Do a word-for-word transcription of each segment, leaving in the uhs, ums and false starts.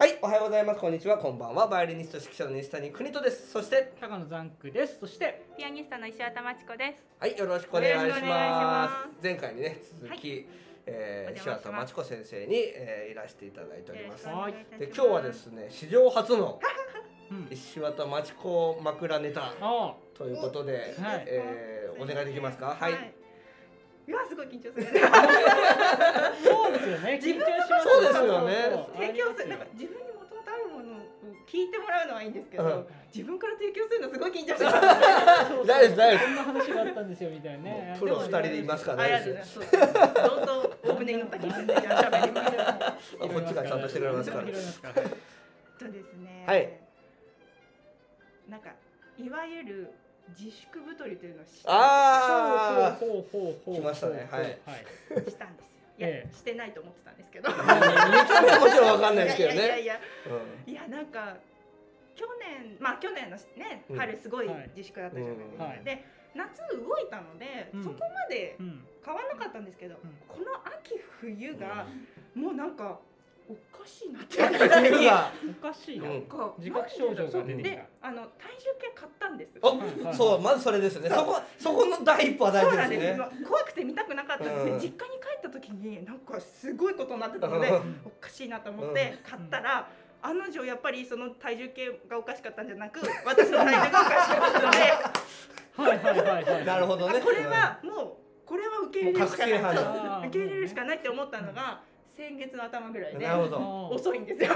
はい、おはようございます。こんにちは、こんばんは。バイオリニスト指揮者の西谷邦人です。そして高野ザンクです。そしてピアニストの石渡真知子です。 はい、よろしくお願いしよろしくお願いしま。 ます前回にね続き、はい、えー、石渡真知子先生に、えー、いらしていただいております。 はい。 で、今日はですね、史上初の石渡真知子枕ネタということで、 はい、 えー、お願いできますか。はい。はい、 いや、すごい緊張する。 そうですよね。緊張します。 そうですよね。 提供する、なんか自分にもともとあるものを聞いてもらうのはいいんですけど、うん、自分から提供するのすごい緊張してます。 大丈夫大丈夫。 こんな話があったんですよみたいなね。 プロ二人でいますからね。 そうそう。どんどんお船に乗った気分でじゃあ喋ります。 こっちがちゃんとしてくれますから。 とですね。 はい。 なんかいわゆる自粛太りというのを知ったんですよ。 ああ、 ほうほうほう来ましたね。はい。 したんですよ。いや、してないと思ってたんですけど。 見た目はもちろんわかんないですけどね。 いやいやいや、いやなんか去年、まあ去年のね春すごい自粛だったじゃないですか。で、夏動いたのでそこまで変わらなかったんですけど、この秋冬がもうなんかおかしいなっておかしいな。自覚症状が出てきた。 で、あの体重計買ったんです。 そう、まずそれですね。そこそこの第一歩は大事ですね。 怖くて見たくなかったんです。実家に帰った時になんかすごいことになってたので、おかしいなと思って買ったら、案の定やっぱりその体重計がおかしかったんじゃなく、私の体重がおかしかったので、 はいはいはいはい。 なるほどね。 これはもうこれは受け入れるしかない。受け入れるしかないって思ったのが先月の頭ぐらいで、遅いんですよ。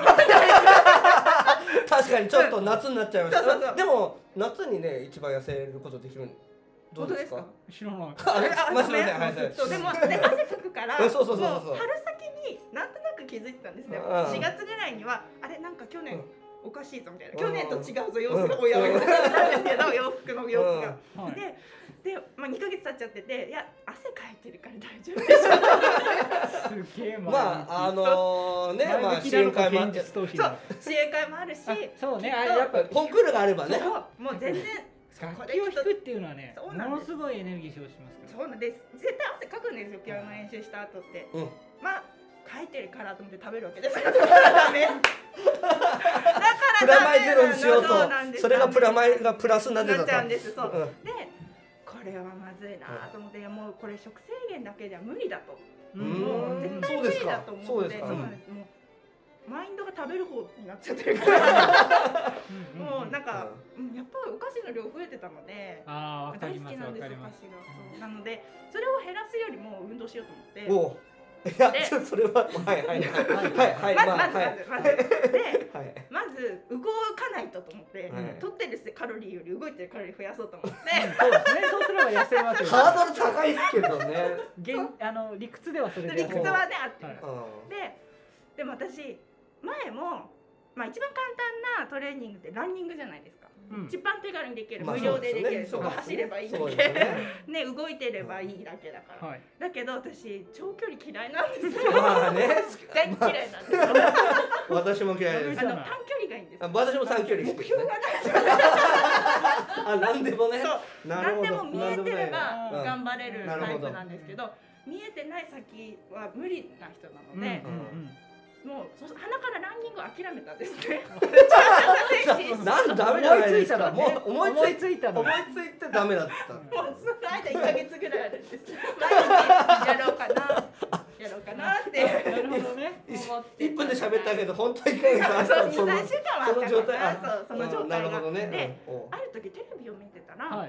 確かにちょっと夏になっちゃいました。でも夏にね一番痩せることできる。どうですか？ 知らない。 あれ、まあすみません。はい。 そうでもね汗かくから、 そうそうそうそう。 春先になんとなく気づいてたんですね。しがつぐらいにはあれなんか去年おかしいぞみたいな。去年と違うぞ様子がおやおやなんですけど、洋服の様子が。で、でまあにかげつ経っちゃってて、いや汗かいてるから大丈夫でしょ。 すげえ。 まああのね、まあ支援会もあってそう支援会もあるし、 そうね、やっぱコンクールがあればね。 もう全然。 楽器を弾くっていうのはね、ものすごいエネルギー消費しますから。 そうなんです。絶対汗かくんですよ、ピアノ練習した後って。まあかいてるからと思って食べるわけですよ。だからダメ。だからプラマイゼロにしようと、それがプラマイがプラスになってた。 なっちゃうんです。そう。で、これはまずいなと思って、もうこれ食制限だけでは無理だと。もう絶対無理だと思って、そうなんです。もうマインドが食べる方になっちゃってるからもうなんかやっぱりお菓子の量増えてたので大好きなんですお菓子が。なのでそれを減らすよりも運動しようと思って。 いやそれははいはいはいはいまずまずまずまずでまず動かないとと思って取ってるカロリーより動いてるカロリー増やそうと思って。 そうですね。そうすれば痩せますよ。 ハードル高いですけどね。 現あの理屈ではそれで理屈はねあってででも私前も、まあ、一番簡単なトレーニングってランニングじゃないですか、うん、一番手軽にできる、無料でできる、そこ走ればいいだけ、ね、動いてればいいだけだから、はい、だけど私長距離嫌いなんですよ。 まあね大嫌いなんですよ。 私も嫌いです。 あの短距離がいいんです。 私も短距離目標がない。 あ、なんでもね。 なんでも見えてれば頑張れるタイプなんですけど、見えてない先は無理な人なので、もう鼻からランニングを諦めたんですね。 なんダメじゃないですか。もう思いついたの。 思いついてダメだった。もうその間いっかげつぐらいあるんです。毎日やろうかな、やろうかなって。 なるほどね。 いっぷんで喋ったけど本当にいっかげつあった。 そう、に、さんしゅうかんはあったから。そう、その状態が。 なるほどね。 で、ある時テレビを見てたら。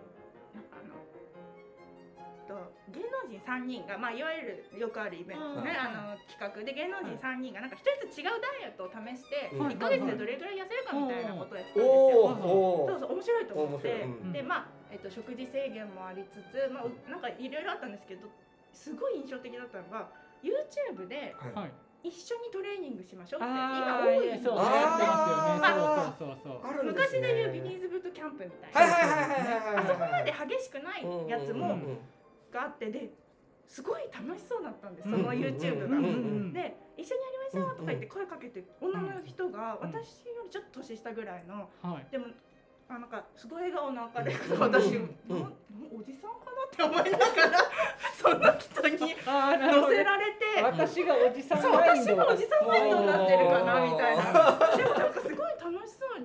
芸能人さんにんが、まあ、いわゆるよくあるイベントね、あの企画で芸能人さんにんがなんか一つ違うダイエットを試していっかげつでどれぐらい痩せるかみたいなことをやってたんですよ。そうそう面白いと思って、でまあえっと食事制限もありつつ、まあなんかいろいろあったんですけど、すごい印象的だったのが YouTube で一緒にトレーニングしましょうって今多いですよね。昔でいうビニーズブートキャンプみたいな、あそこまで激しくないやつもがあってですごい楽しそうだったんです、その YouTube が。で一緒にやりましょうとか言って声かけて、女の人が私よりちょっと年下ぐらいの、でもあなんかすごい笑顔の明るい方、私おじさんかなって思いながらその人に乗せられて、 私がおじさんマインド、そう私がおじさんマインドになってるかなみたいな。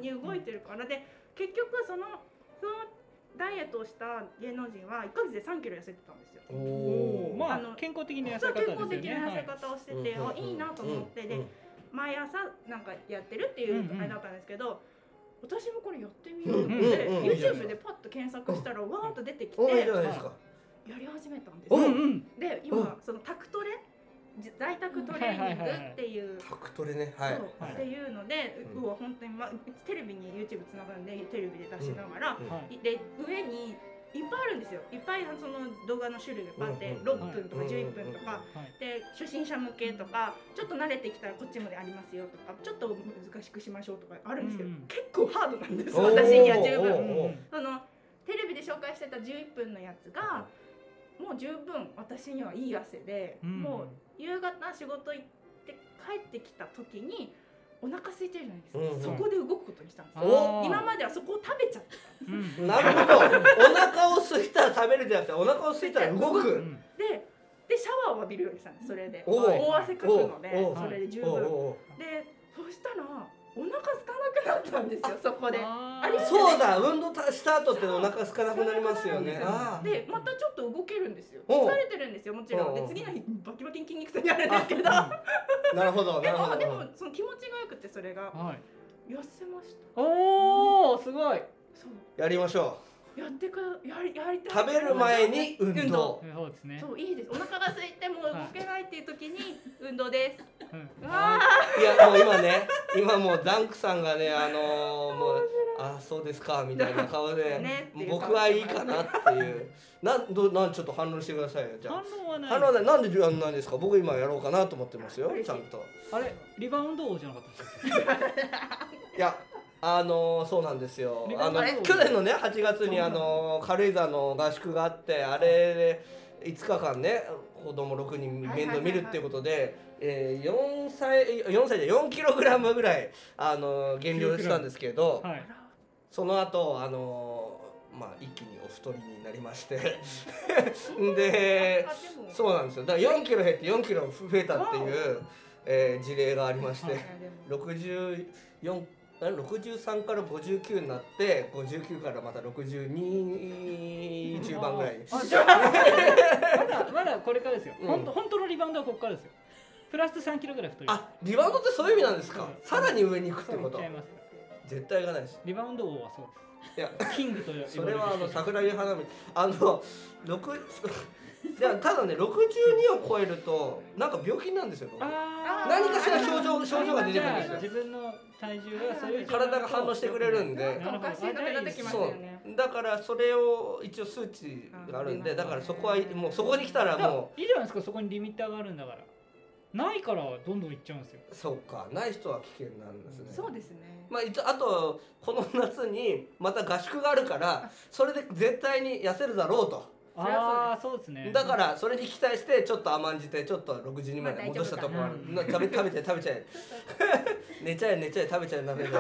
に動いてるから、で結局そのそのダイエットをした芸能人はいっかげつでさんキロ痩せてたんですよ。 おお、まあ健康的な痩せ方ですよね。 健康的な痩せ方をしてて、あ、いいなと思って、で毎朝なんかやってるっていうあれだったんですけど、私もこれやってみようと思って YouTube でパッと検索したらわーっと出てきてやり始めたんですよ。で今そのタクトレ在宅トレーニングっていうタクトレね、はい、 っていうので、うわ本当に、ま、テレビに YouTube つながるんでテレビで出しながら、で上にいっぱいあるんですよ。いっぱいその動画の種類があって、ろっぷんとかじゅういっぷんとかで、初心者向けとか、ちょっと慣れてきたらこっちまでありますよとか、ちょっと難しくしましょうとかあるんですけど、結構ハードなんです私には十分。そのテレビで紹介してたじゅういっぷんのやつがもう十分私にはいい汗で、もう夕方仕事行って帰ってきた時にお腹空いてるじゃないですか、うんうん、そこで動くことにしたんですよ。今まではそこを食べちゃってたんです、うん、 なるほど。お腹を空いたら食べるじゃなくてお腹を空いたら動く、うん、 ででシャワーを浴びるようにしたんです。それで大汗かくのでそれで十分で、そしたらお腹空かなくなったんですよ。そこでありそうだ、運動した後ってお腹空かなくなりますよね。 でまたちょっと動けるんですよ。疲れてるんですよもちろん。で次の日バキバキに筋肉痛になるんですけどなるほどなるほど。 でもその気持ちがよくてそれが痩せました。 おおすごい。 やりましょう。 やってかやりやりたい。食べる前に運動。 そうですね。 そういいです。お腹が空いてもう動けないっていう時に運動です。 いやもう今ね、今もうダンクさんがね、あのもうあそうですかみたいな顔で僕はいいかなっていうなんどなんちょっと反応してくださいよ。じゃあ反応はない。 反応はない。なんでなんないですか。僕今やろうかなと思ってますよちゃんと。 あれリバウンド王じゃなかったですか。 いや。あのー、そうなんですよ。あの去年のねはちがつにあのー、軽井沢の合宿があってあれでいつかかんね子供ろくにん面倒見るっていうことで、えー、よんさいよんさいでよんキログラムぐらいあのー、減量したんですけど、はい、その後あのー、まあ一気にお太りになりましてでそうなんですよ。だからよんキロ減ってよんキロ増えたっていう、えー、事例がありましてろくじゅうよんろくじゅうさんからごじゅうきゅうになってごじゅうきゅうからまたろくじゅうに中盤ぐらいにまだまだこれからですよ、うん、ほんと本当のリバウンドはここからですよ。プラスさんキロぐらい太ります。 あリバウンドってそういう意味なんですか。さらに上に行くってこと。絶対がないです。 リバウンド王はそうです。いやキングというそれはあの桜木花道あのろくいやただねろくじゅうにを超えるとなんか病気なんですよ。何かしら症状症状が出てくるんですよ。 自分の体重がそういう体が反応してくれるんで。 そうだからそれを一応数値があるんで、だからそこはもうそこに来たらもういいじゃないですか。そこにリミッターがあるんだから。ないからどんどんいっちゃうんですよ。 そうか、ない人は危険なんですね。 そうですね。 まあ一応あとこの夏にまた合宿があるからそれで絶対に痩せるだろうと。 ああそうですね。 だからそれに期待してちょっと甘んじてちょっとろくじゅうにまで戻したところある。食べ食べて食べちゃえ寝ちゃえ寝ちゃえ食べちゃえダメだ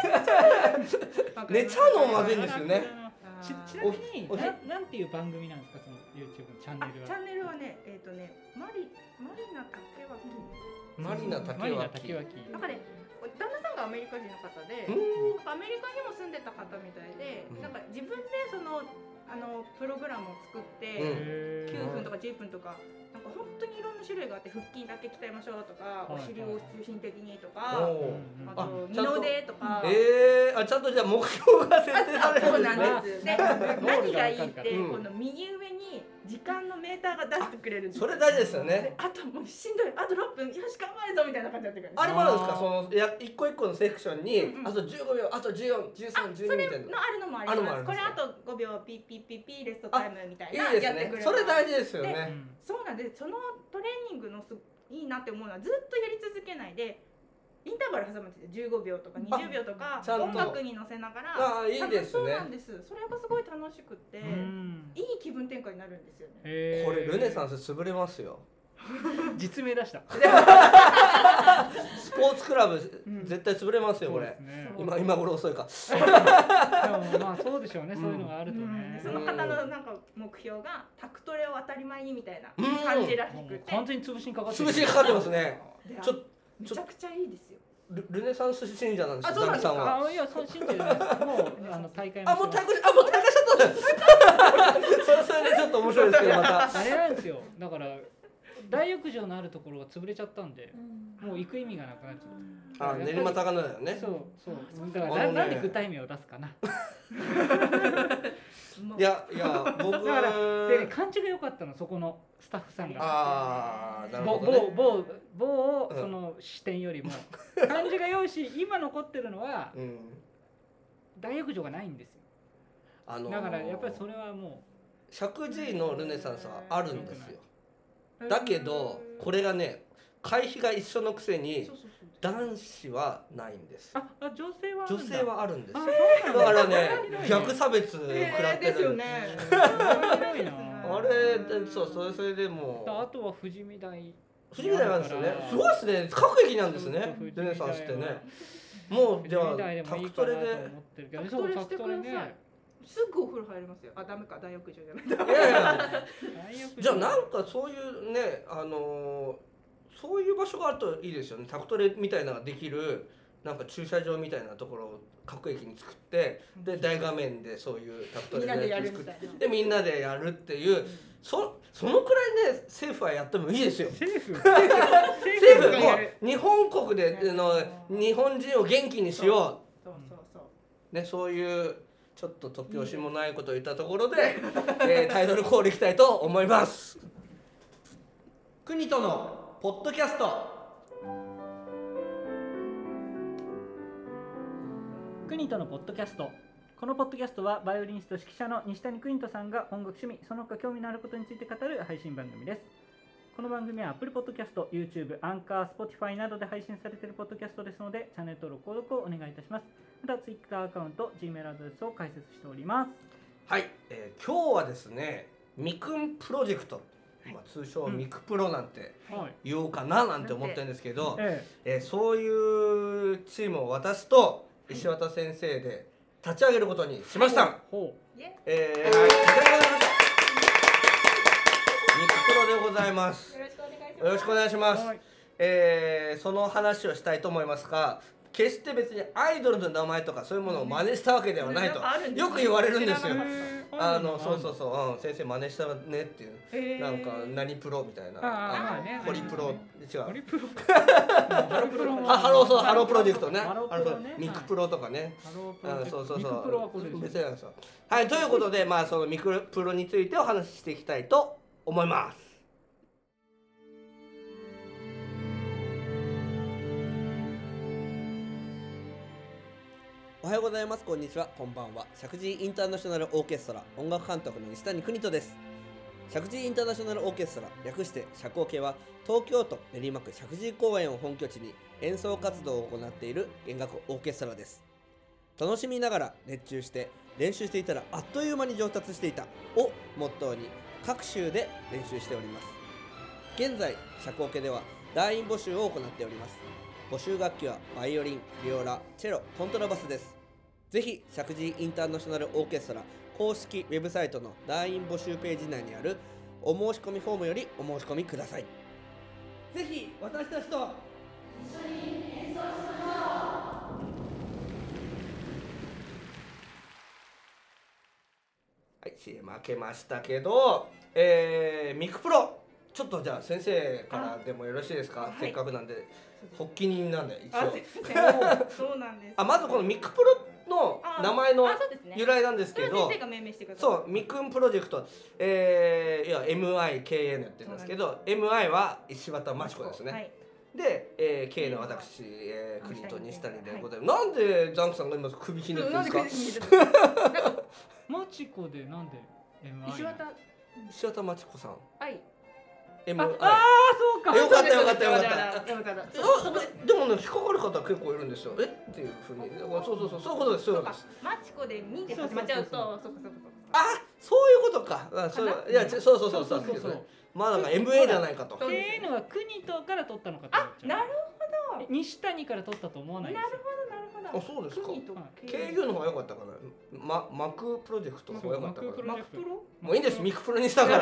寝ちゃうのもまずいんですよね。 ちなみにななんていう番組なんですかその YouTube のチャンネルは。 チャンネルはねえっとねマリマリナ竹脇マリナ竹脇なんかね旦那さんがアメリカ人の方でアメリカにも住んでた方みたいでなんか自分でそのあのプログラムを作ってきゅうふんとかじゅっぷんとかなんか本当にいろんな種類があって腹筋だけ鍛えましょうとかお尻を中心的にとかあと二の腕とかえー、あちゃんとじゃあ目標が設定されるんですね。 そうなんです。で何がいいってこの右上に時間のメーターが出してくれるんです。 それ大事ですよね。 あともうしんどいあとろっぷんよし頑張るぞみたいな感じになってくる。 あれもあるんですかそのや一個一個のセクションにあとじゅうごびょうあとじゅうよん、じゅうさん、じゅうにみたいな。 それのあるのもあります。これあとごびょうピッピッピッピレストタイムみたいなやってくれる。それ大事ですよね。 そうなんでそのトレーニングのすいいなって思うのはずっとやり続けないでインターバル挟むんですよ。じゅうごびょうとかにじゅうびょうとか音楽に乗せながらあいいですね。 そうなんです。それがすごい楽しくていい気分転換になるんですよね。 これルネサンス潰れますよ。 実名出したスポーツクラブ絶対潰れますよこれ。今今頃遅いか。 でもまあそうでしょうね。そういうのがあるとね。 その方のなんか目標がタクトレを当たり前にみたいな感じらしくて完全に潰しにかかって潰しにかかってますね。ちょめちゃくちゃいいですよ。 ルルネサンス信者なんですよ。 あそうなんですか。 ザキさんは。 あいやそう信じてないです。もうあの大会もあもう大会あもう大会しちゃったんです。それそれでちょっと面白いですけどまた。 あれなんですよ。だから大浴場のあるところが潰れちゃったんで、もう行く意味がなくなっちゃった。 あ練馬高野だよね。 そうそう。だからななんで具体名を出すかな。 いやいや僕だからで感じが良かったのそこのスタッフさんが。 ああなるほどね。 某某某その視点よりも感じが良いし今残ってるのは大浴場がないんですよ。あのー、だからやっぱりそれはもう石神井のルネサンスはあるんですよ。だけどこれがね会費が一緒のくせに男子はないんです。 あ、あ女性はあるんだ。女性はあるんです。 だからね逆差別食らってる。 ですよね。 あれそうそれそれでもあとは富士見台。 富士見台なんですよね。すごいですね。各駅なんですね。ルネサンスってね。もうじゃあタクトレで。 タクトレしてください。すぐお風呂入りますよ。あ、ダメか、大浴場じゃない。 いやいや。じゃあなんかそういうね、あのそういう場所があるといいですよね。タクトレみたいなのができるなんか駐車場みたいなところを各駅に作って、で大画面でそういうタクトレのやつ作ってでみんなでやるっていう、そそのくらいね政府はやってもいいですよ。 政府政府も日本国での日本人を元気にしよう。そうそうそうね、そういうちょっと突拍子もないことを言ったところで、えー、タイトルコールいきたいと思います。国とのポッドキャスト。 国とのポッドキャスト。このポッドキャストはバイオリニスト指揮者の西谷邦人さんが音楽趣味その他興味のあることについて語る配信番組です。この番組は Apple Podcast、YouTube、Anchor、Spotify などで配信されているポッドキャストですので、チャンネル登録、購読をお願いいたします。また Twitter アカウント、Gmail アドレスを開設しております。 はい、えー、今日はですね、みくんプロジェクト、まあ、通称ミクプロなんて言おうかななんて思ってるんですけど、うんはい、えー、そういうチームを私と石渡先生で立ち上げることにしました。はい、ほう、えー、はい、ミクプロでございます。よろしくお願いします。はい、えー、その話をしたいと思いますが、決して別にアイドルの名前とかそういうものを真似したわけではないとよく言われるんですよ。あのそうそうそう、うん、先生真似したねっていう、なんか何プロみたいな、あのホリプロ違う。ホリプロ。ハロプロ。ハローそうハロープロジェクトね。ハロープロね。ミクプロとかね。ハロープロ。そうそうそう。ミクプロはこれです。別にそう。はい、ということでまあそのミクプロについてお話ししていきたいと思います。おはようございます。こんにちは。こんばんは。石神井インターナショナルオーケストラ音楽監督の西谷邦人です。石神井インターナショナルオーケストラ、略して社交系は東京都練馬区石神井公園を本拠地に演奏活動を行っている弦楽オーケストラです。楽しみながら熱中して練習していたらあっという間に上達していたをモットーに各州で練習しております。現在社交系では団員募集を行っております。募集楽器はバイオリン、ビオラ、チェロ、コントラバスです。ぜひ石神井インターナショナルオーケストラ公式ウェブサイトの団員募集ページ内にあるお申し込みフォームよりお申し込みください。ぜひ私たちと一緒に演奏しましょう。はい、シーエム 開けましたけど、えー、ミクプロちょっとじゃあ先生からでもよろしいですか。せっかくなんで発起人なんで一応そうなんです。 あ、まずこのミクプロの名前の由来なんですけど、 先生が命名してください。 そう、みくんプロジェクト、えー、いや エムアイケーエヌ って言うんですけど、エムアイ は石渡真知子ですね。はい、で、えー、K の私、えー、国と西谷でございます。なんでザンクさんが今首ひねってるんですか。 真知子でなんで エムアイ？ 石渡石渡真知子さん。 はい。 ああ、そうか。 よかったよかったよかった。でもね、引っかかる方結構いるんですよ。えっていうふうに。そうそうそうそういうことです。そういうことです。 マチコでミで始まっちゃうと、そうそうそうそう。 あ、そういうことか。そういやそうそうそうそうそう。まあなんか エムエー じゃないかと。 ケーエヌ は国とから取ったのかと思っちゃう。 なるほど。 西谷から取ったと思わないです。 なるほどなるほど。 あ、そうですか。 国とケーユー の方が良かったかな。ま、マクプロジェクトの方が良かったかな。 マクプロ？ もういいんです、ミクプロにしたから。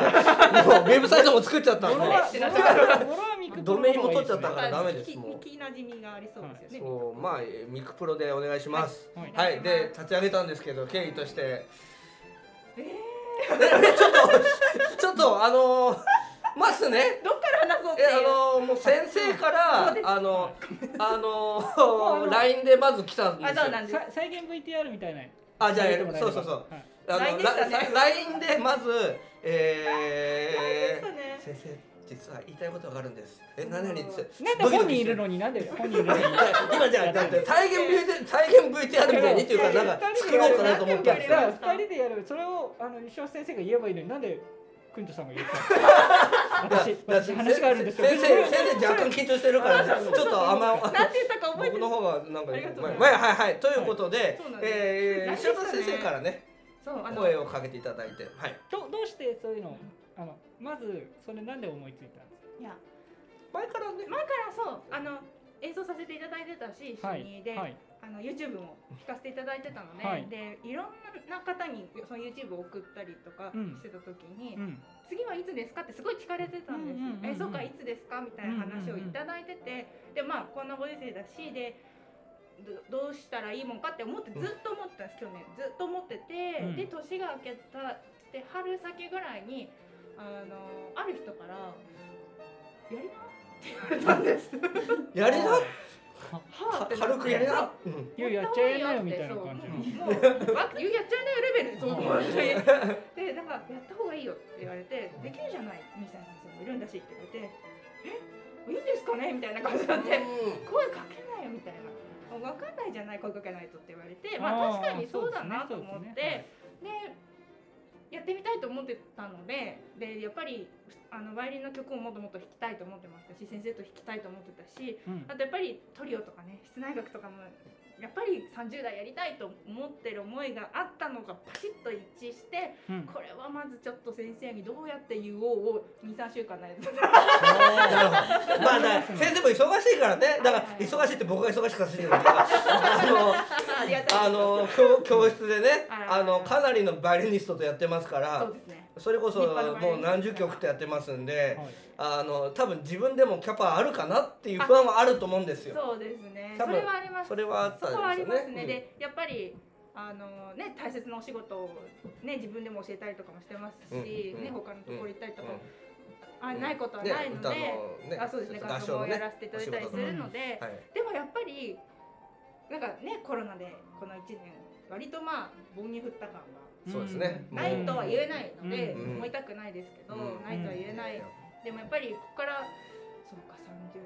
もうウェブサイトも作っちゃったんで。ドメインも取っちゃったからダメです。もう。 聞きなじみがありそうですよね。 そう、まあミクプロでお願いします。はい、で立ち上げたんですけど、経緯として。ええ。ちょっとちょっとあの。まずね、 どっから話そうっていう。 あのもう先生からあのあのラインでまず来たんですよ。 再現 ブイティーアール みたいな。 あ、じゃあそうそうそう。あのラインでまずえー先生実は言いたいことがあるんです。え、何々って。 なんで本人いるのになんで本人いるのに。 今じゃだって再現再現 ブイティーアール みたいにっていうかなんか作ろうかなと思ったんですよ。 二人でやる。それをあの西尾先生が言えばいいのになんで。クントさんが言った私私話があるんですよ。 先生先生若干緊張してるからちょっとあんまなんて言ったか覚えてる。 僕の方がなんかまあはいはいということでえ石田先生からね声をかけていただいてはい。 どどうしてそういうのあのまずそれなんで思いついたんですか。いや前からね前からそうあの演奏させていただいてたし一緒にで。あの YouTube も聞かせていただいてたので、はい、でいろんな方にその YouTube を送ったりとかしてた時に、うん、次はいつですかってすごい聞かれてたんです。え、そうかいつですかみたいな話をいただいてて、でまあこんなご時世だしでどうしたらいいもんかって思ってずっと思ってたんです。去年ずっと思ってて、うん、で年が明けたで春先ぐらいにあのある人からやりなって言われたんです。 やりな。 はあ、 軽くやりな。 ゆうやっちゃいなよみたいな感じの。 もうゆうやっちゃいなよレベルそう思ってでなんかやった方がいいよって言われてできるじゃないみたいな先生もいるんだしって言われてえいいんですかねみたいな感じになって声かけないよみたいな分かんないじゃない声かけないとって言われてまあ確かにそうだなと思ってでやってみたいと思ってたのででやっぱりあのバイオリンの曲をもっともっと弾きたいと思ってましたし先生と弾きたいと思ってたし、うん、あとやっぱりトリオとかね室内楽とかもやっぱりさんじゅう代やりたいと思ってる思いがあったのがパシッと一致して、うん、これはまずちょっと先生にどうやって言おうを にさんしゅうかんないです。なるほど。まあだ先生も忙しいからね。だから忙しいって僕が忙しくさせてるんだから。あの教教室でねあのかなりのバイオリニストとやってますから。そうですね。それこそもう何十曲とやってますんで、あの多分自分でもキャパあるかなっていう不安はあると思うんですよ。 そうですね。それはあります。 それはあったんですよね。そこはありますね。でやっぱりあのね大切なお仕事をね自分でも教えたりとかもしてますし、ね他のところ行ったりとかあないことはないので、あそうですね合唱もやらせていただいたりするので、でもやっぱりなんかねコロナでこのいちねん割とまあ棒に振った感が。 そうですね。 ないとは言えないので、思いたくないですけど、ないとは言えない。でもやっぱりここからそうかさんじゅう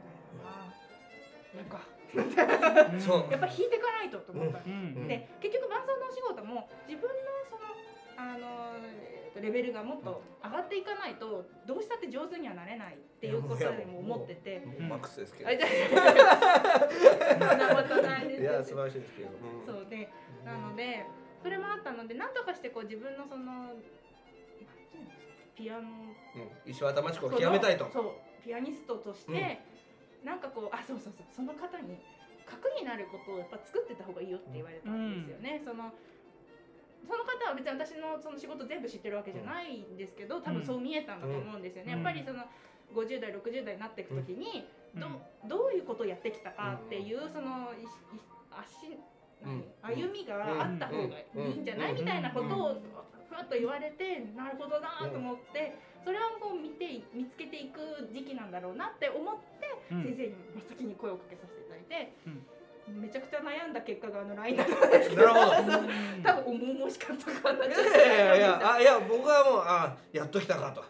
代だな。なんかそうやっぱ弾いていかないとと思ったんです。で結局伴奏のお仕事も自分のそのあのレベルがもっと上がっていかないとどうしたって上手にはなれないっていうことでも思ってて。 マックスですけど。 そんなことないです。 いや素晴らしいですけど。 そうでなので。それもあったので何とかしてこう自分のそのピアノ、 うん、石渡町子を極めたいとそうピアニストとして、うん、なんかこうあそうそうそうその方に核になることをやっぱ作ってた方がいいよって言われたんですよね、うん、そのその方は別に私のその仕事全部知ってるわけじゃないんですけど多分そう見えたんだと思うんですよね、うん、やっぱりそのごじゅう代ろくじゅう代になっていくときに、うん、ど, どういうことをやってきたかっていうその足歩みがあった方がいいんじゃないみたいなことをふわっと言われてなるほどなと思ってそれをこう見て見つけていく時期なんだろうなって思って先生に真っ先に声をかけさせていただいてめちゃくちゃ悩んだ結果があの ライン だったんですけど多分重々しかったかな。いやいやいや僕はもうあやっときたかと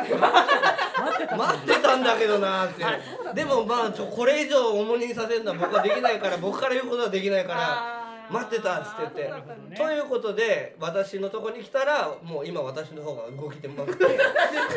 待ってたんだけどなってでもまあちょこれ以上重荷にさせるのは僕はできないから僕から言うことはできないから待ってたっつって言って、ね、ということで私のとこに来たらもう今私の方が動きてまくって前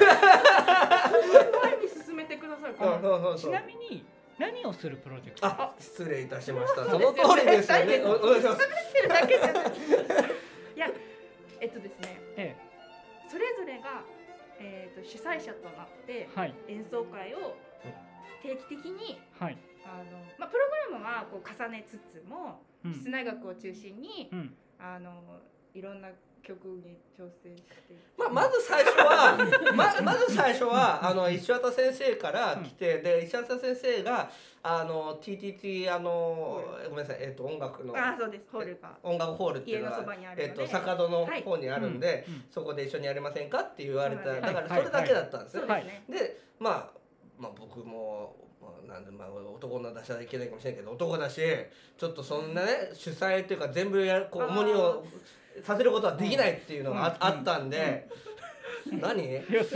に進めてください。 ちなみに何をするプロジェクト？ あ、失礼いたしました。その通りですよね。お願いします。 喋ってるだけじゃない。いや、えっとですね。ええ、それぞれが、えー、と主催者となって、はい、演奏会を定期的にあのまあプログラムはこう重ねつつも、 うん、 室内楽を中心に、 うん、 あのいろんな曲に調整して、 まあ、まず最初はま, まず最初はあの石渡先生から来て、うん、で石渡先生があの ティーティーティー あのごめんなさい、えー、と音楽のあそうですホールが音楽ホールっていうのがえー、と坂戸の方にあるんで、はいうん、そこで一緒にやりませんかって言われた、だからそれだけだったんですよ、はいはい、で、まあ、まあ僕もなんでまあ男の出しちゃいけないかもしれないけど男だしちょっとそんなね主催っていうか全部やるこう重荷をさせることはできないっていうのが あ,、うん、あったんで、うん、何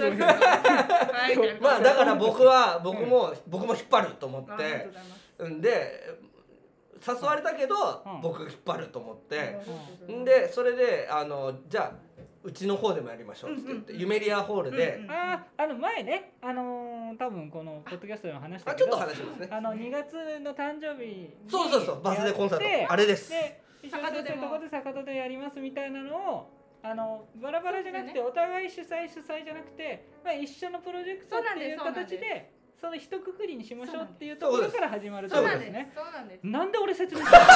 まあだから僕は僕も、うん、僕も引っ張ると思ってんで誘われたけど、うん、僕引っ張ると思って、うん、でそれであのじゃあうちの方でもやりましょうって言って、うんうん、ユメリアホールで、 うんうん、ああの前ねあのー、多分このポッドキャストでも話したけど、 あちょっと話しますね。 あのにがつの誕生日にそうそうそうバースデーコンサートあれです。 で坂戸でとこで坂戸でやりますみたいなのをあのバラバラじゃなくて、ね、お互い主催主催じゃなくて、まあ、一緒のプロジェクトっていう形でその一括りにしましょうっていうところから始まるところですね。 そうなんです。 なんで俺説明したの？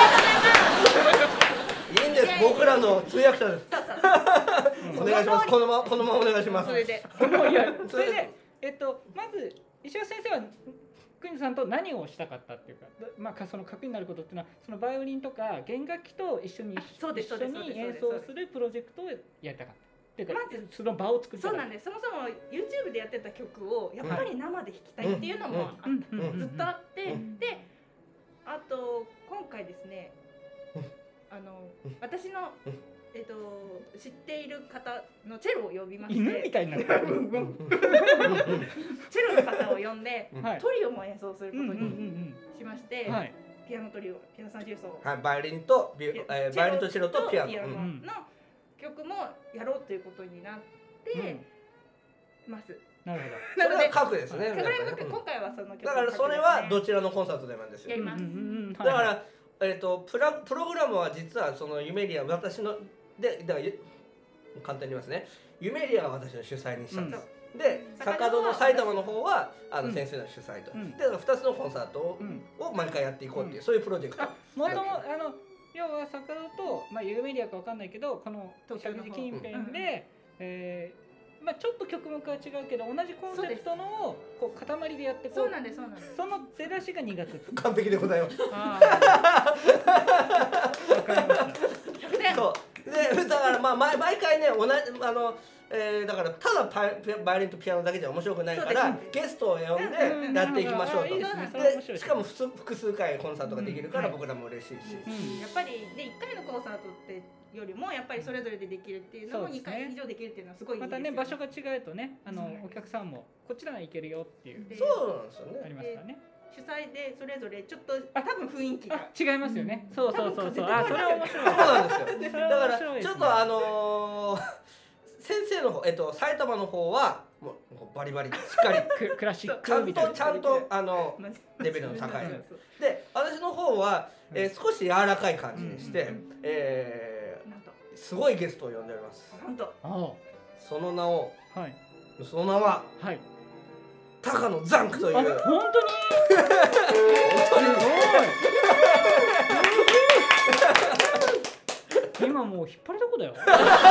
いいんです。僕らの通訳者です。お願いします。このままこのままお願いします。 それで、いやそれでえっとまず石尾先生は国さんと何をしたかったっていうか、まあその核になることっていうのはそのバイオリンとか弦楽器と一緒に一緒に演奏するプロジェクトをやりたかった。っていうか、まずその場を作りたかった。 そうなんです。そもそも YouTube でやってた曲をやっぱり生で弾きたいっていうのもあった。ずっとあって、で、あと今回ですね、あの私のえっと知っている方のチェロを呼びまして、 犬みたいになる。チェロの方を呼んで、はい、トリオも演奏することにしまして、 はい、 ピアノトリオ、ピアノ三重奏、 はい、バイオリンとビ、えー、バイオリンとチェロとピアノの曲もやろうということになってます。 なるほど。なので核ですね。 今回はその曲だからそれはどちらのコンサートでもなんですよ。 やります。 だからえっとプラプログラムは実はそのユメリア私のでだから簡単に言いますね。ユメリアは私の主催にしたんです。で坂戸の埼玉の方はあの先生の主催と。でふたつのコンサートを毎回やっていこうっていうそういうプロジェクト。 もともあの要は坂戸とまあユメリアかわかんないけどこの石神近辺でえまあちょっと曲目は違うけど同じコンセプトのこう塊でやってこう。 そうなんですそうなんです。 その出だしがにがつ。 完璧でございます。 ああ。わかりました。 そうでだからまあ毎毎回ね同じあの、えー、だからただパイバイオリンとピアノだけじゃ面白くないからゲストを呼んでやっていきましょうと。でしかも複数回コンサートができるから僕らも嬉しいし。 やっぱりねいっかいのコンサートってよりもやっぱりそれぞれでできるっていうのもにかい以上できるっていうのはすごいいいですよね。 またね場所が違うとねあのお客さんもこっちならいけるよっていうそうなんですよね。 ありますからね。 主催でそれぞれちょっと多分雰囲気が違いますよね。そうそうそうそう。あそれは面白い。 そうなんですよ。だからちょっとあの先生の方えっと埼玉の方はもうバリバリしっかりクラシックちゃんとちゃんとあのレベルの高い。で私の方はえ少し柔らかい感じにしてえすごいゲストを呼んでおります。 なんと。 その名をはいその名ははい。 高野ザンクという。 本当に？本当に。今もう引っ張りだこだよ。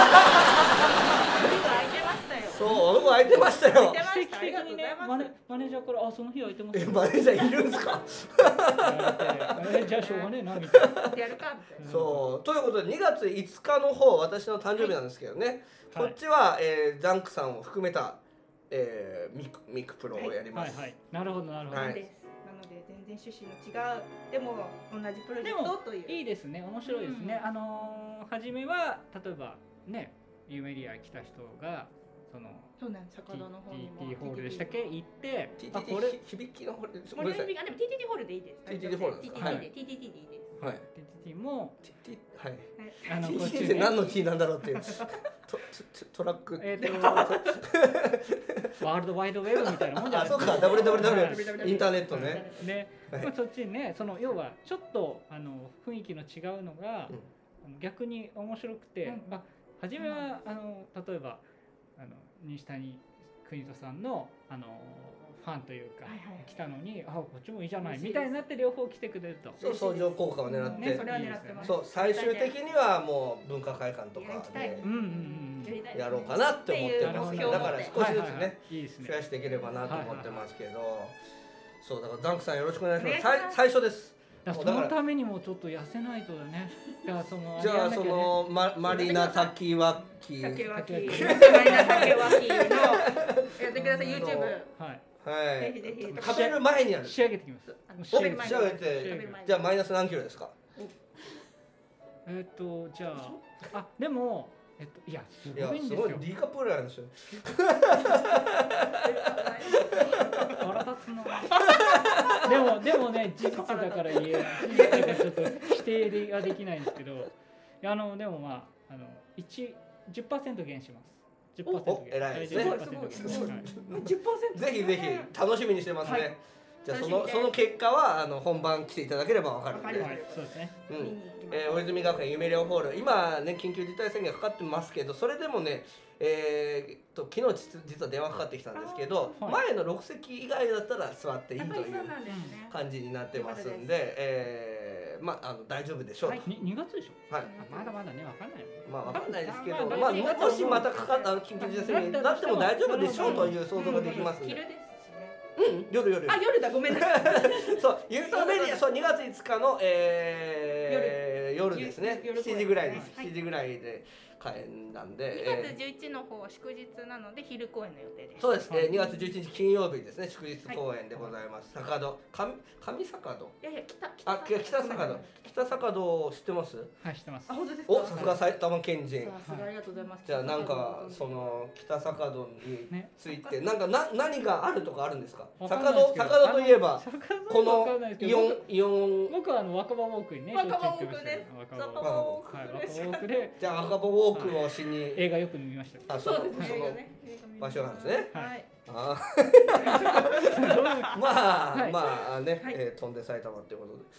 そう、俺も空いてましたよ。 奇跡的にね、 マネマネージャーからあその日空いてます。 え、マネージャーいるんですか？ え、じゃあしょうがねえなみたいな。 やるか。 そう、ということでにがついつかの方私の誕生日なんですけどね。こっちはえザンクさんを含めたえミクミクプロをやります。 はいはい。なるほどなるほど。 なので全然趣旨の違うでも同じプロジェクトという。 いいですね、面白いですね。あの初めは例えばねユメリア来た人がそのそうなん坂戸の方にもティーティーティー ホールでしたっけ行って、 あこれ響きのホールでごめんなさい。でも ティーティーティー ホールでいいです。 ティーティーティー ホールです。 はい。ティーティーティー でいいです。 はい。 ティーティーティー もティーティー はい。 あのこっちで何の T なんだろうっていうトトラックえっとワールドワイドウェブみたいなもんじゃないですか。 あ、そうか ダブリューダブリューダブリュー インターネットね。 で、そっちにねその要はちょっとあの雰囲気の違うのが逆に面白くて、まあ初めはあの例えばあの西谷邦人さんのあのファンというか、 はいはい来たのにあこっちもいいじゃないみたいになって両方来てくれると。 そう相乗効果を狙って、 ねそれは狙ってます。 そう最終的にはもう文化会館とかやりたいでうんうんうんやりたいやろうかなって思ってます、 っていう目標を持ってだから少しずつはいはいはねいいいですね増やしていければなと思ってますけど、そうだからザンクさんよろしくお願いします。 お願いしますさい最初です。 だからそのためにもちょっと痩せないとだね。だからそのじゃあそやんなきねのママリナ滝脇竹脇竹脇マリナ竹脇のやってください YouTube はいはいぜひぜひ食べる前にやる。 仕上げてきます。 あのもう食べる前に仕上げて食べる前にじゃあマイナス何キロですか。 えっとじゃああでもえっといやすいやごいんですよ。 すごいディカプールなんですよ。 腹立つな。でもでもね事実だから言えない。事実だからちょっと否定ができないんですけど、いやあのでもまああの一十パーセント減します。十パーセント減。 偉いですね体重じゅっパーセント減すごいはいじゅっパーセントぜひぜひ楽しみにしてますね。 はいじゃあそ楽しみですのその結果はあの本番来ていただければわかるんで。 わかるはいそうですね。 うん見に行きますえー、大泉学園夢寮ホール今ね緊急事態宣言かかってますけどそれでもねえー、と昨日実実は電話かかってきたんですけど、 はい前のろく席以外だったら座っていいやっぱというりそうなんですね感じになってますんよかったで、えー、まああの大丈夫でしょうと、 ははいに二月でしょ。 はい、 まだまだねわかんないよ。 まあわかんないですけど、 まあまあ、 まあもしまたかかった緊急事態宣言になっても大丈夫でしょうという想像ができますんで、 昼ですしねうん夜夜あ夜だごめんなさいそうゆそうだ夢にそうにがついつかの、えー、夜ですね夜しちじぐらいです、 はいしちじぐらいで開演なんで、 にえーがつじゅういちの方は祝日なので昼公演の予定ですそうです、 はいえー、にがつじゅういちにち金曜日ですね祝日公演でございます、坂戸上上坂戸いやいや北あ北坂戸北坂戸知ってます。 はい知ってますあ。本当ですかおさすが埼玉県人。 さすがありがとうございますじゃあなんかその北坂戸にねついてなんかな何があるとかあるんですか。 わかん坂戸ないですけど坂戸といえば坂戸こわかんのないですけどイオンイオン僕はあの若葉ウォークにね若葉ウォークしょっちゅう行ってましたよです若葉ウォーク若葉ウォークはい若葉ウォークでじゃあ赤羽ウォークをしに、 映画よく見ましたよ。 あそのそうですねその映画ね場所なんですね。 はいはいあはまあ、 はいまあね、 はいえー飛んで埼玉っていうことで。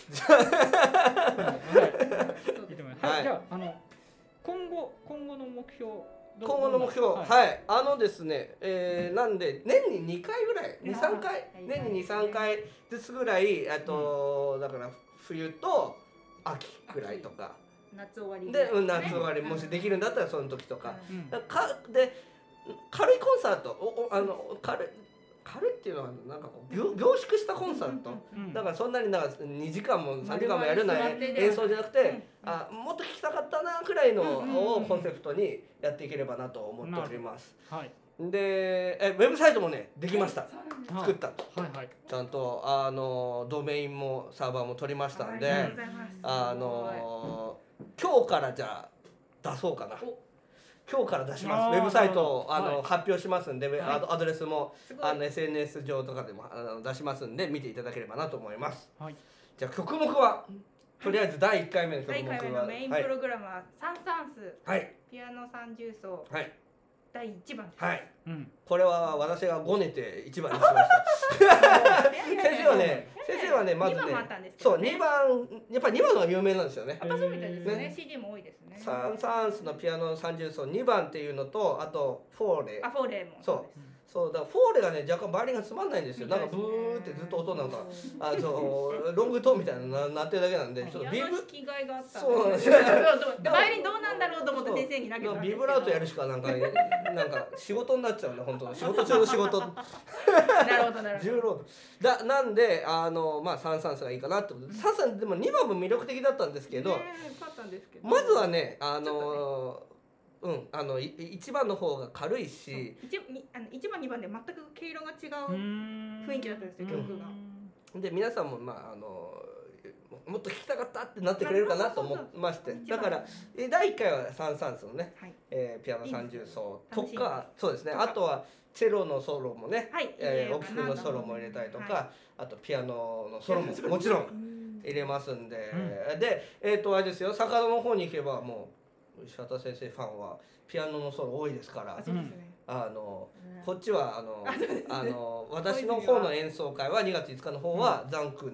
いいいと思います。は、 はいいじゃああの今後今後の目標ど今後の目標、 どんは、 ないあのですね、えー、なんで年ににかいぐらい、 いやにさんかい、 はい年ににさんかいずつぐらい、あと、だから冬と秋ぐらいとか、 夏終わりで、うん、夏終わり、 うんもしできるんだったらその時とか、 うんうんだからかで軽いコンサート、おおあの軽い軽いっていうのはなんかこう凝凝縮したコンサート。 うんだからそんなになんかにじかんもさんじかんもやるな丸々座ってで演奏じゃなくて、 うんあもっと聴きたかったなくらいのうんうんうんをコンセプトにやっていければなと思っております。 はいでえウェブサイトもねできました、 そうなんです作ったはいはいちゃんとあのドメインもサーバーも取りましたんで、 ありがとうございますあの今日からじゃあ出そうかなお今日から出しまあーすウェブサイトをあの、 はい発表しますんで、 はいアドアドレスもすごいあの エスエヌエス 上とかでもあの出しますんで見ていただければなと思います。 はいじゃあ曲目はとりあえずだいいっかいめの曲第目は一回目のメインプログラムはサンサンスはいピアノ三重奏はいだいいちばんですはいうんこれは私がごねていちばんにしました先生はね先生はねまずねにばんもあったんですけそうどねにばんやっぱりにばんのが有名なんですよねやっぱそうみたいですねねシーディー も多いですねサンサンスのピアノ三重奏にばんっていうのとあとフォーレあフォーレもそうですそうだからフォーレがね若干バイオリンがつまんないんですよなんかブーってずっと音なんかあのロングトーンみたいなのななってるだけなんでちょっとビブピアノ弾きがいがあったそうなんですよよバイオリンどうなんだろうと思って先生に投げたんですけどビブラートやるしかなんかなんか仕事になっちゃうね本当仕事中の仕事なるほどなるほど重労働だなんであのまあサンサンスがいいかなってことでサンサンスでもにばんも魅力的だったんですけど、 ねえよかったんですけどまずはねあちょのうんあのい一番の方が軽いし一にあの一番二番で全く毛色が違うう雰雰囲気だったんですよ曲がで皆さんもまああのもっと聴きたかったってなってくれるかなと思いまして一番だからえだいいっかいはサンサンスのね、 はいえーピアノ三重奏と楽しみかそうですねとかあとはチェロのソロもね、 はいえー、 入れようかなオキフのソロも入れたりとか、 はあとピアノのソロももちろん入れますんで、でえっ、とあれですよ坂戸の方に行けばもう石畑先生ファンはピアノのソロ多いですからあそうですねあのうんこっちはあのあそうですねあの私の方の演奏会はにがついつかの方はザンクの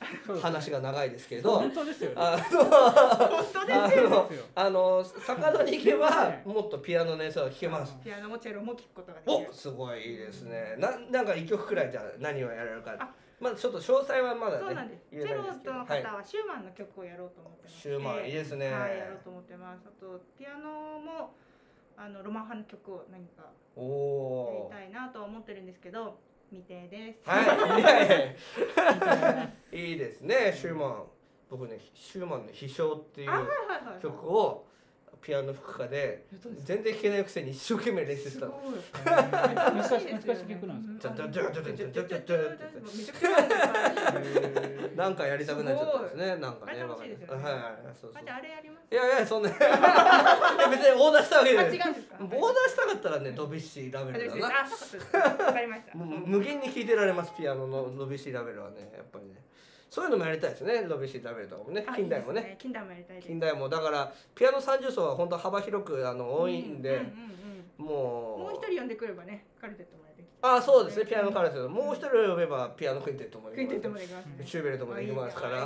話が長いですけど、 本当ですよね。 あの本当ですよ。 あの坂戸に行けばもっとピアノの演奏が聴けます。 ピアノもチェロも聴くことができる。 お、すごいいいですね。ななんか一曲くらいじゃあ何をやられるか。まあちょっと詳細はまだね。 そうなんです。チェロの方はシューマンの曲をやろうと思ってます。 シューマンいいですね。 はい、やろうと思ってます。あとピアノもあのロマン派の曲を何かおやりたいなとは思ってるんですけど、未定です。 はい。いやいやいいですね。シューマン。僕ね、シューマンの飛翔っていう曲をピアノ吹くかで全然弾けないくせに一生懸命練習してたの。 難しい難しい曲なんですか。 なんかやりたくなっちゃったんですね。なんかね。 楽しいですよね。はい。そうそう。あれやります。 いやいやそんな別にオーダーしたわけで。 違うんですか。 オーダーしたかったらねドビュッシーラベルだな。 あ、そうか。わかりました。 無限に弾いてられますピアノのドビュッシーラベルはねやっぱりね。そういうのもやりたいですね。ドビュッシーラベルとかもね、近代もね。 近代もやりたいです。 近代もだからピアノ三重奏は本当幅広くあの多いんで、もうもう一人呼んでくればね、カルテットもやできて。 あ、そうですね。ピアノカルテット。もう一人呼べばピアノクインテットもできます。 クインテットもできます。 シューベルトもできますから。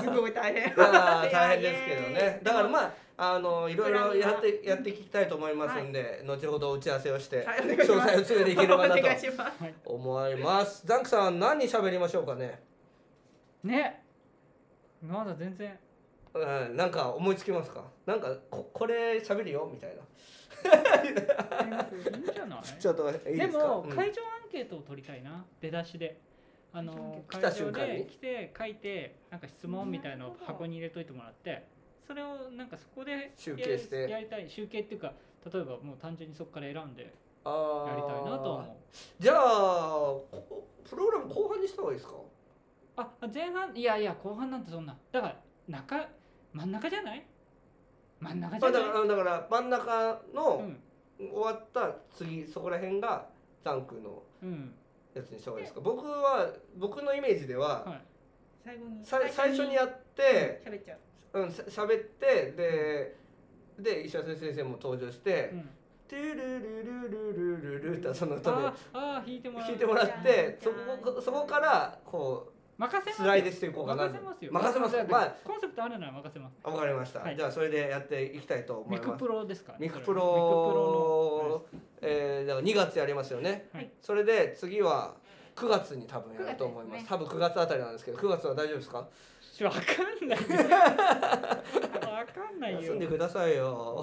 すごい大変。 大変ですけどね。だからまああのいろいろやってやっていきたいと思いますんで、後ほど打ち合わせをして詳細を詰めていければなと思います。ザンクさん何喋りましょうかね。 ね。まだ全然、 うん、なんか思いつきますか。なんか こ, これ喋るよみたいな。 いいんじゃない。 ちょっといいですか。 でも、うん、会場アンケートを取りたいな。出だしであの会場で来て書いてなんか質問みたいなのを箱に入れといてもらって、それをなんかそこで集計してやりたい。集計っていうか例えばもう単純にそこから選んでやりたいなと思う。 じゃあプログラム後半にした方がいいですか。 あ、前半いやいや後半なんてそんなだから中真ん中じゃない。真ん中じゃない。 だからだから真ん中の、うん、終わった次そこら辺がザンクのやつにした方がいいですか。僕は僕のイメージでは、はい、 最後に最初にやって喋っちゃう。うん、喋ってでで石橋先生も登場して。うんトゥルルルルルルルってその歌で弾いてもらって弾いてもらってそこそこからこう任せますスライドしていこうかな。 任せますよ。 任せます。まあコンセプトあるなら任せます。 わかりました。はい、じゃあそれでやっていきたいと思います。 ミクプロですか。 ミクプロ、えー、だからにがつやりますよね。はい、それで次はくがつに多分やると思います。多分くがつあたりなんですけど、くがつは大丈夫ですか？ わかんない。わかんないよ。 休んでくださいよ。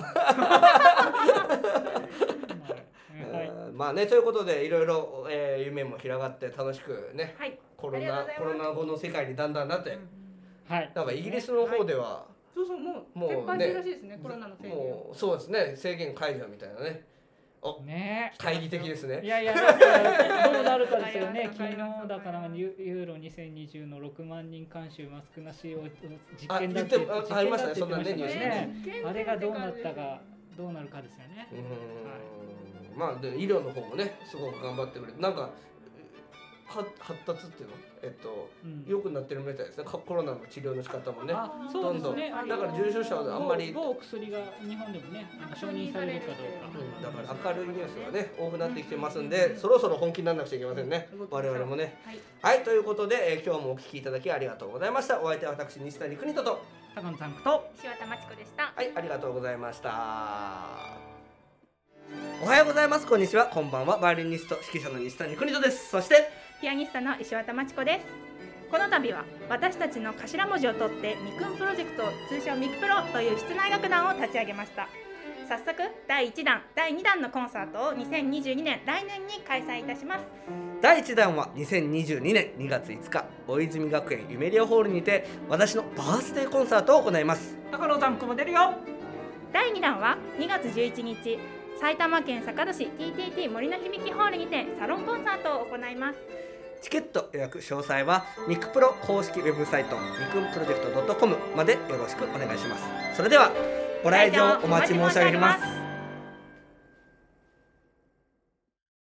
まあねということでいろいろ、えー、夢も広がって楽しくね、はい、コロナコロナ後の世界にだんだんなって、うん、はい、なんかイギリスの方では、はい、 そうそうもう撤廃するらしいですね、コロナの制限。 もうそうですね、制限解除みたいなね。おね、 懐疑的ですね。 いやいや、どうなるかですよね。昨日だからユーロにせんにじゅうのろくまんにん監修マスクなしを実験だってあありましたね、そんなねニュースね。 あれがどうなったかどうなるかですよね。うん、 はい、まあで医療の方もねすごく頑張ってくれて、なんか発達っていうのえっと、うん、良くなってるみたいですね。コロナの治療の仕方もねどんどん、ね、だから重症者はあんまり某薬が日本でもね承認されるかどうか、 うん、だから明るいニュースがね多くなってきてますんで、うん、そろそろ本気にならなくちゃいけませんね、我々もね。はい、はい、ということで、えー、今日もお聞きいただきありがとうございました。お相手は私西谷邦人と高野さんと石渡真知子でした。 はい、ありがとうございました。おはようございます、こんにちは、こんばんは。バイオリニスト指揮者の西谷邦人です。そしてピアニストの石渡真知子です。この度は私たちの頭文字を取ってミクンプロジェクト、通称ミクプロという室内楽団を立ち上げました。早速だいいちだんだいにだんのコンサートをにせんにじゅうにねん来年に開催いたします。 だいいちだんはにせんにじゅうにねんにがついつか大泉学園ユメリアホールにて私のバースデーコンサートを行います。 高野さんも出るよ。 だいにだんはにがつじゅういちにち埼玉県坂戸市 ティーティーティー 森の響きホールにてサロンコンサートを行います。 チケット予約詳細はミクプロ公式ウェブサイトミクンプロジェクト .コム までよろしくお願いします。それではご来場お待ち申し上げます。